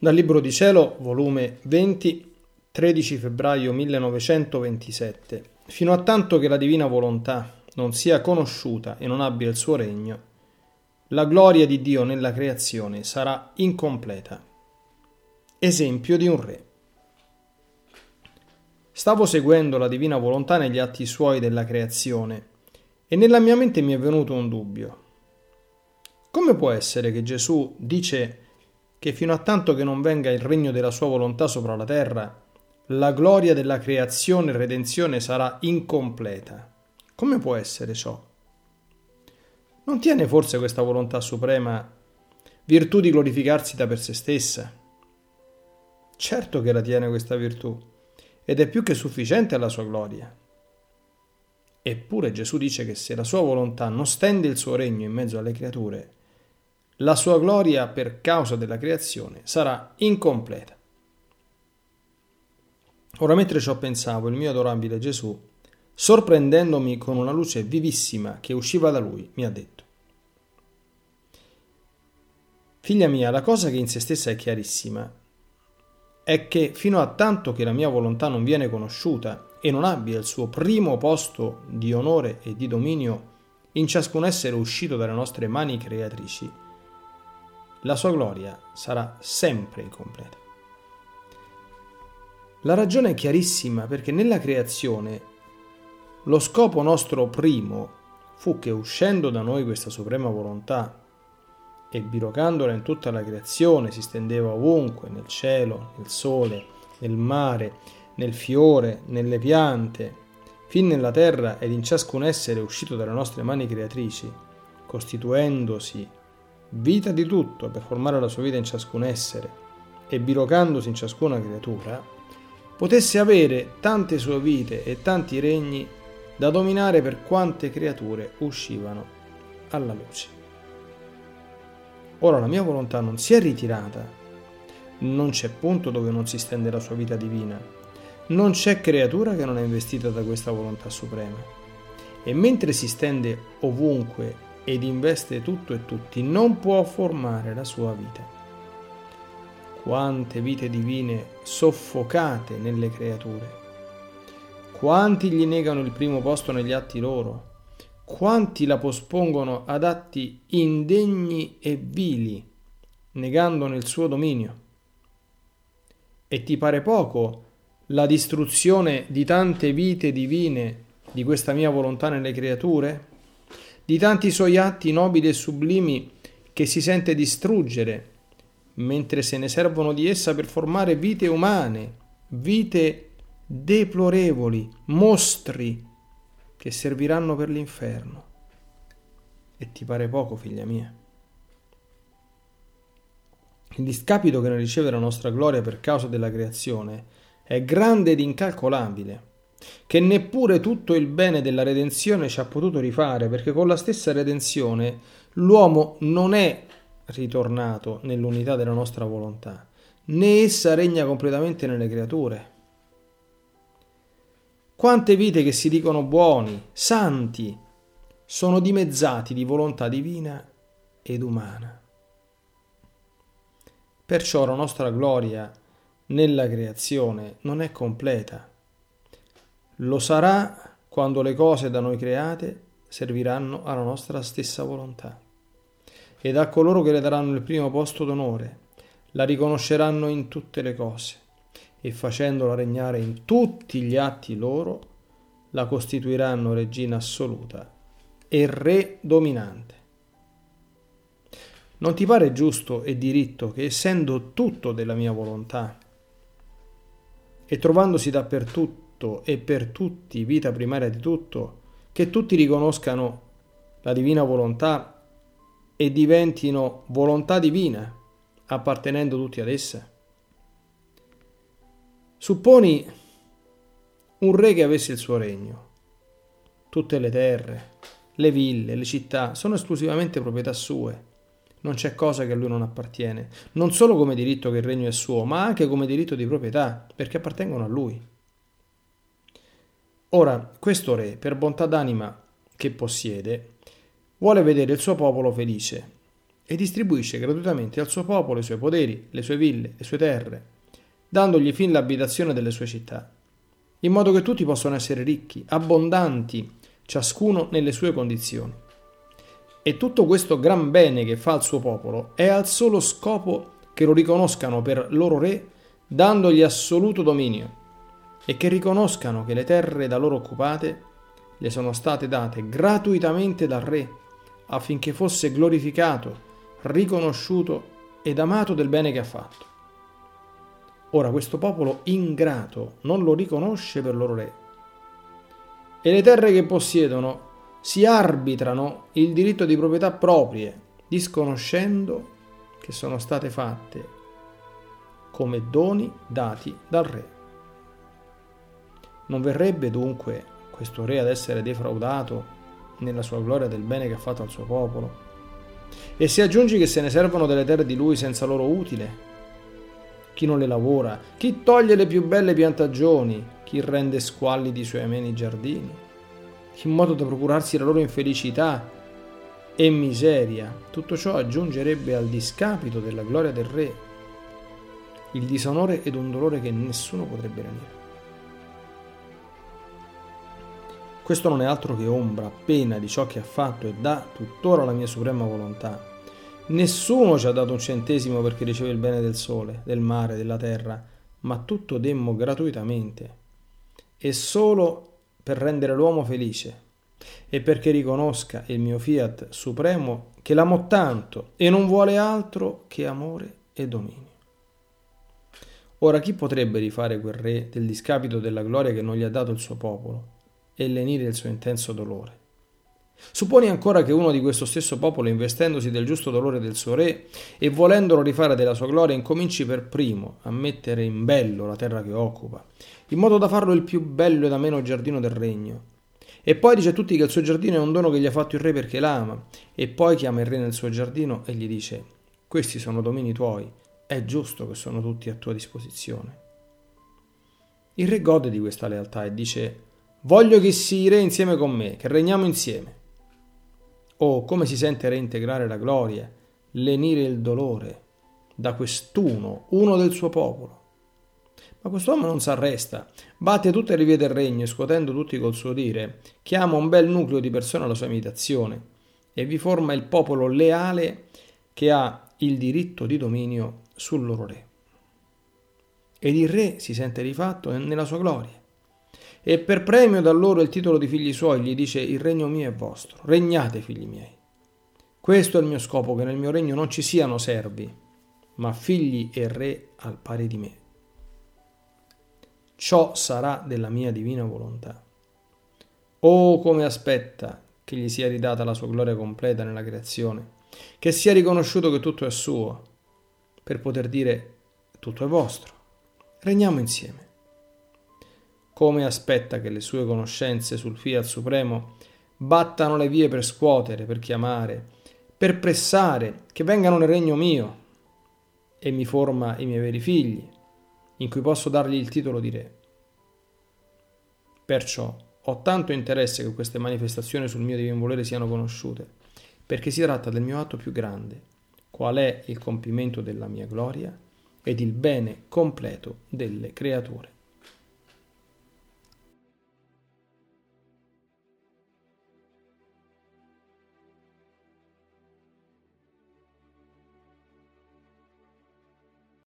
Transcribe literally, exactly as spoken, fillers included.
Dal Libro di Cielo, volume venti, tredici febbraio millenovecentoventisette. Fino a tanto che la divina volontà non sia conosciuta e non abbia il suo regno, la gloria di Dio nella creazione sarà incompleta. Esempio di un re. Stavo seguendo la divina volontà negli atti suoi della creazione e nella mia mente mi è venuto un dubbio. Come può essere che Gesù dice che fino a tanto che non venga il regno della sua volontà sopra la terra, la gloria della creazione e redenzione sarà incompleta? Come può essere ciò? Non tiene forse questa volontà suprema virtù di glorificarsi da per se stessa? Certo che la tiene questa virtù, ed è più che sufficiente alla sua gloria. Eppure Gesù dice che se la sua volontà non stende il suo regno in mezzo alle creature, la sua gloria per causa della creazione sarà incompleta. Ora, mentre ciò pensavo, il mio adorabile Gesù, sorprendendomi con una luce vivissima che usciva da lui, mi ha detto: figlia mia, la cosa che in se stessa è chiarissima è che fino a tanto che la mia volontà non viene conosciuta e non abbia il suo primo posto di onore e di dominio in ciascun essere uscito dalle nostre mani creatrici, la sua gloria sarà sempre incompleta. La ragione è chiarissima, perché nella creazione lo scopo nostro primo fu che, uscendo da noi questa suprema volontà e birocandola in tutta la creazione, si stendeva ovunque, nel cielo, nel sole, nel mare, nel fiore, nelle piante, fin nella terra ed in ciascun essere uscito dalle nostre mani creatrici, costituendosi vita di tutto per formare la sua vita in ciascun essere e birocandosi in ciascuna creatura, potesse avere tante sue vite e tanti regni da dominare per quante creature uscivano alla luce. Ora la mia volontà non si è ritirata, non c'è punto dove non si stende la sua vita divina, non c'è creatura che non è investita da questa volontà suprema, e mentre si stende ovunque ed investe tutto e tutti, non può formare la sua vita. Quante vite divine soffocate nelle creature, quanti gli negano il primo posto negli atti loro, quanti la pospongono ad atti indegni e vili, negandone il suo dominio. E ti pare poco la distruzione di tante vite divine di questa mia volontà nelle creature? Di tanti suoi atti nobili e sublimi che si sente distruggere, mentre se ne servono di essa per formare vite umane, vite deplorevoli, mostri che serviranno per l'inferno. E ti pare poco, figlia mia? Il discapito che ne riceve la nostra gloria per causa della creazione è grande ed incalcolabile, che neppure tutto il bene della redenzione ci ha potuto rifare, perché con la stessa redenzione l'uomo non è ritornato nell'unità della nostra volontà, né essa regna completamente nelle creature. Quante vite che si dicono buoni, santi, sono dimezzati di volontà divina ed umana. Perciò la nostra gloria nella creazione non è completa. Lo sarà quando le cose da noi create serviranno alla nostra stessa volontà. Ed a coloro che le daranno il primo posto d'onore, la riconosceranno in tutte le cose, e facendola regnare in tutti gli atti loro, la costituiranno regina assoluta e re dominante. Non ti pare giusto e diritto che, essendo tutto della mia volontà e trovandosi dappertutto e per tutti vita primaria di tutto, che tutti riconoscano la divina volontà e diventino volontà divina, appartenendo tutti ad essa? Supponi un re che avesse il suo regno. Tutte le terre, le ville, le città sono esclusivamente proprietà sue. Non c'è cosa che a lui non appartiene, non solo come diritto che il regno è suo, ma anche come diritto di proprietà, perché appartengono a lui. Ora, questo re, per bontà d'anima che possiede, vuole vedere il suo popolo felice e distribuisce gratuitamente al suo popolo i suoi poderi, le sue ville, le sue terre, dandogli fin l'abitazione delle sue città, in modo che tutti possano essere ricchi, abbondanti, ciascuno nelle sue condizioni. E tutto questo gran bene che fa al suo popolo è al solo scopo che lo riconoscano per loro re, dandogli assoluto dominio, e che riconoscano che le terre da loro occupate le sono state date gratuitamente dal re, affinché fosse glorificato, riconosciuto ed amato del bene che ha fatto. Ora questo popolo ingrato non lo riconosce per loro re, e le terre che possiedono si arbitrano il diritto di proprietà proprie, disconoscendo che sono state fatte come doni dati dal re. Non verrebbe dunque questo re ad essere defraudato nella sua gloria del bene che ha fatto al suo popolo? E se aggiungi che se ne servono delle terre di lui senza loro utile, chi non le lavora, chi toglie le più belle piantagioni, chi rende squallidi i suoi ameni giardini, in modo da procurarsi la loro infelicità e miseria, tutto ciò aggiungerebbe al discapito della gloria del re il disonore ed un dolore che nessuno potrebbe lenire. Questo non è altro che ombra appena di ciò che ha fatto e dà tuttora la mia suprema volontà. Nessuno ci ha dato un centesimo perché riceve il bene del sole, del mare, della terra, ma tutto demmo gratuitamente, e solo per rendere l'uomo felice e perché riconosca il mio fiat supremo che l'amo tanto e non vuole altro che amore e dominio. Ora chi potrebbe rifare quel re del discapito della gloria che non gli ha dato il suo popolo e lenire il suo intenso dolore? Supponi ancora che uno di questo stesso popolo, investendosi del giusto dolore del suo re e volendolo rifare della sua gloria, incominci per primo a mettere in bello la terra che occupa, in modo da farlo il più bello ed ameno giardino del regno, e poi dice a tutti che il suo giardino è un dono che gli ha fatto il re perché l'ama, e poi chiama il re nel suo giardino e gli dice: questi sono domini tuoi, è giusto che sono tutti a tua disposizione. Il re gode di questa lealtà e dice: voglio che sii re insieme con me, che regniamo insieme. Oh, come si sente reintegrare la gloria, lenire il dolore da quest'uno, uno del suo popolo. Ma quest'uomo non s'arresta, batte tutte le vie del regno e scuotendo tutti col suo dire, chiama un bel nucleo di persone alla sua imitazione e vi forma il popolo leale che ha il diritto di dominio sul loro re. Ed il re si sente rifatto nella sua gloria. E per premio da loro il titolo di figli suoi gli dice: il regno mio è vostro, regnate figli miei. Questo è il mio scopo, che nel mio regno non ci siano servi, ma figli e re al pari di me. Ciò sarà della mia divina volontà. Oh, come aspetta che gli sia ridata la sua gloria completa nella creazione, che sia riconosciuto che tutto è suo, per poter dire: tutto è vostro, regniamo insieme. Come aspetta che le sue conoscenze sul Fiat Supremo battano le vie per scuotere, per chiamare, per pressare, che vengano nel regno mio, e mi forma i miei veri figli, in cui posso dargli il titolo di re. Perciò ho tanto interesse che queste manifestazioni sul mio divino volere siano conosciute, perché si tratta del mio atto più grande, qual è il compimento della mia gloria ed il bene completo delle creature.